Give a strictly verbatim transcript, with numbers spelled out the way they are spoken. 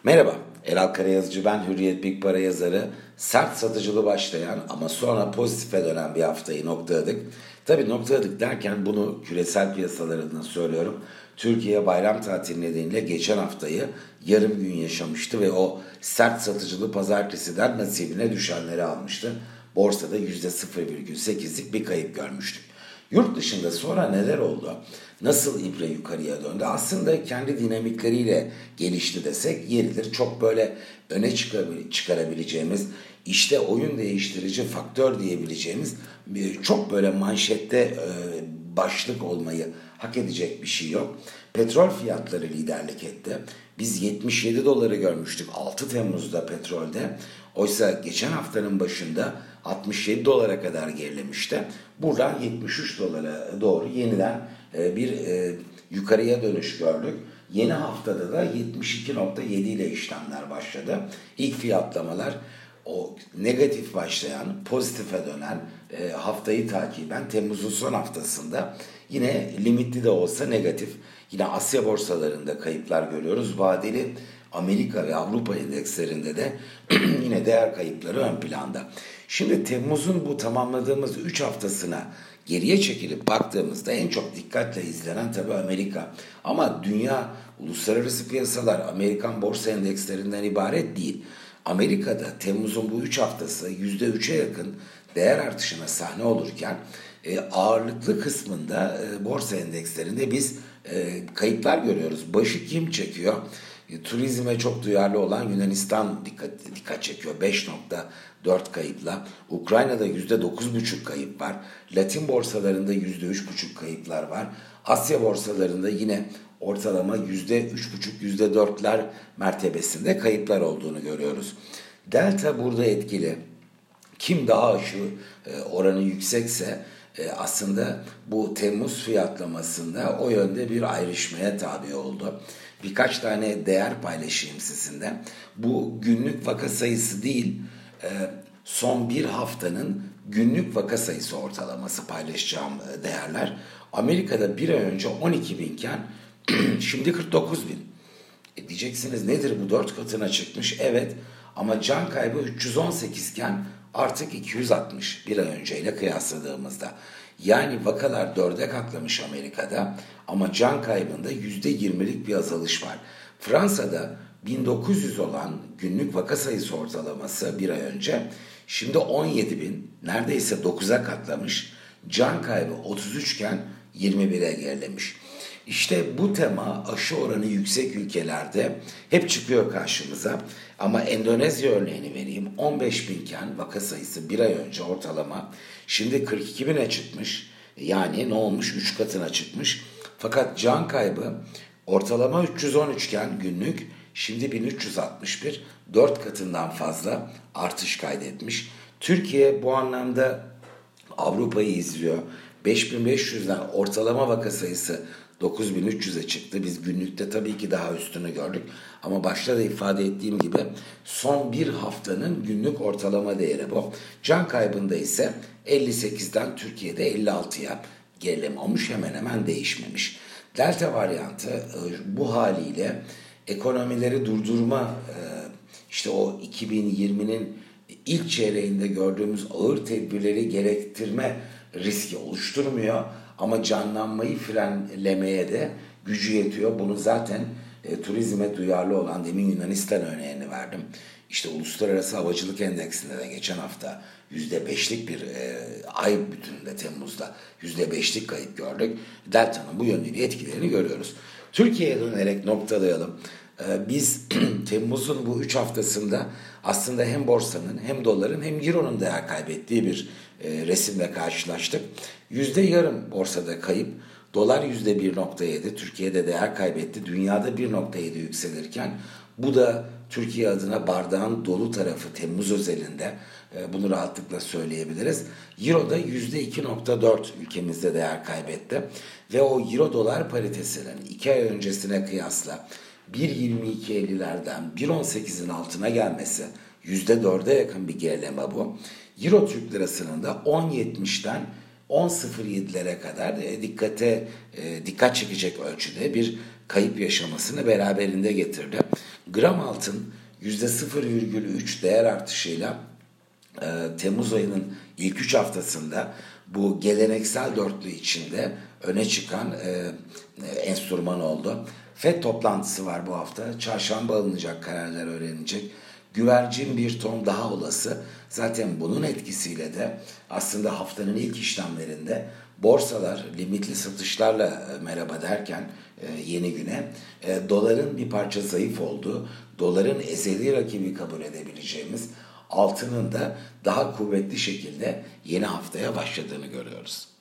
Merhaba, Eral Karayazıcı ben, Hürriyet Big Para yazarı. Sert satıcılı başlayan ama sonra pozitife dönen bir haftayı noktaladık. Tabii noktaladık derken bunu küresel piyasalar adına söylüyorum. Türkiye bayram tatili nedeniyle geçen haftayı yarım gün yaşamıştı ve o sert satıcılı pazartesiden nasibine düşenleri almıştı. Borsada yüzde sıfır virgül sekizlik bir kayıp görmüştük. Yurt dışında sonra neler oldu? Nasıl ibre yukarıya döndü? Aslında kendi dinamikleriyle gelişti desek yeridir. Çok böyle öne çıkarabileceğimiz, işte oyun değiştirici faktör diyebileceğimiz çok böyle manşette başlık olmayı hak edecek bir şey yok. Petrol fiyatları liderlik etti. Biz yetmiş yedi doları görmüştük altı Temmuz'da petrolde. Oysa geçen haftanın başında altmış yedi dolara kadar gerilemişti. Buradan yetmiş üç dolara doğru yeniden bir yukarıya dönüş gördük. Yeni haftada da yetmiş iki nokta yedi ile işlemler başladı. İlk fiyatlamalar o negatif başlayan, pozitife dönen haftayı takiben Temmuz'un son haftasında yine limitli de olsa negatif. Yine Asya borsalarında kayıplar görüyoruz. Vadeli Amerika ve Avrupa endekslerinde de yine değer kayıpları ön planda. Şimdi Temmuz'un bu tamamladığımız üç haftasına geriye çekilip baktığımızda en çok dikkatle izlenen tabii Amerika. Ama dünya, uluslararası piyasalar Amerikan borsa endekslerinden ibaret değil. Amerika'da Temmuz'un bu üç haftası yüzde üçe yakın değer artışına sahne olurken e, ağırlıklı kısmında e, borsa endekslerinde biz e, kayıplar görüyoruz. Başı kim çekiyor? E, turizme çok duyarlı olan Yunanistan dikkat, dikkat çekiyor. beş nokta dört kayıpla. Ukrayna'da yüzde dokuz buçuk kayıp var. Latin borsalarında yüzde üç buçuk kayıplar var. Asya borsalarında yine ortalama yüzde üç buçuk yüzde dörtler mertebesinde kayıplar olduğunu görüyoruz. Delta burada etkili. Kim daha aşırı oranı yüksekse aslında bu Temmuz fiyatlamasında o yönde bir ayrışmaya tabi oldu. Birkaç tane değer paylaşayım sizinle. Bu günlük vaka sayısı değil, son bir haftanın günlük vaka sayısı ortalaması paylaşacağım değerler. Amerika'da bir ay önce on iki binken şimdi kırk dokuz bin. E diyeceksiniz nedir bu, dört katına çıkmış? Evet, ama can kaybı üç yüz on sekiz iken artık iki yüz altmış bir ay önceyle kıyasladığımızda. Yani vakalar dörde katlamış Amerika'da ama can kaybında yüzde yirmilik bir azalış var. Fransa'da bin dokuz yüz olan günlük vaka sayısı ortalaması bir ay önce şimdi on yedi bin, neredeyse dokuza katlamış. Can kaybı otuz üç iken yirmi bire gerilemiş. İşte bu tema aşı oranı yüksek ülkelerde hep çıkıyor karşımıza. Ama Endonezya örneğini vereyim. on beş binken vaka sayısı bir ay önce ortalama şimdi kırk iki bine çıkmış. Yani ne olmuş? üç katına çıkmış. Fakat can kaybı ortalama üç yüz on üç iken günlük şimdi bin üç yüz altmış bir, dört katından fazla artış kaydetmiş. Türkiye bu anlamda Avrupa'yı izliyor. beş bin beş yüzden ortalama vaka sayısı dokuz bin üç yüze çıktı. Biz günlükte tabii ki daha üstünü gördük. Ama başta da ifade ettiğim gibi son bir haftanın günlük ortalama değeri bu. Can kaybında ise elli sekizden Türkiye'de elli altıya gerileme olmuş, hemen hemen değişmemiş. Delta varyantı bu haliyle ekonomileri durdurma, işte o iki bin yirminin ilk çeyreğinde gördüğümüz ağır tedbirleri gerektirme riski oluşturmuyor. Ama canlanmayı frenlemeye de gücü yetiyor. Bunu zaten e, turizme duyarlı olan, demin Yunanistan örneğini verdim. İşte Uluslararası Havacılık Endeksinde de geçen hafta yüzde beşlik bir e, ay bütününde Temmuz'da yüzde beşlik kayıp gördük. Delta'nın bu yönlü etkilerini görüyoruz. Türkiye'ye dönerek noktalayalım. E, biz Temmuz'un bu üç haftasında aslında hem borsanın hem doların hem euronun değer kaybettiği bir e, resimle karşılaştık. Yüzde yarım borsada kayıp, dolar yüzde bir nokta yedi, Türkiye'de değer kaybetti, dünyada bir nokta yedi yükselirken bu da Türkiye adına bardağın dolu tarafı Temmuz özelinde, e, bunu rahatlıkla söyleyebiliriz. Euro'da yüzde iki nokta dört ülkemizde değer kaybetti ve o euro dolar paritesinin iki ay öncesine kıyasla bir virgül yirmi iki ellilerden bir virgül on sekizin altına gelmesi, yüzde dörde yakın bir gerileme bu. Euro Türk lirasının da on yetmişten on sıfır yedilere kadar dikkate dikkat çekecek ölçüde bir kayıp yaşamasını beraberinde getirdi. Gram altın yüzde sıfır virgül üç değer artışıyla e, Temmuz ayının ilk üç haftasında bu geleneksel dörtlü içinde öne çıkan e, e, enstrüman oldu. FED toplantısı var bu hafta. Çarşamba alınacak kararlar öğrenilecek. Güvercin bir ton daha olası. Zaten bunun etkisiyle de aslında haftanın ilk işlemlerinde borsalar limitli satışlarla merhaba derken yeni güne doların bir parça zayıf olduğu, doların ezeli rakibi kabul edebileceğimiz altının da daha kuvvetli şekilde yeni haftaya başladığını görüyoruz.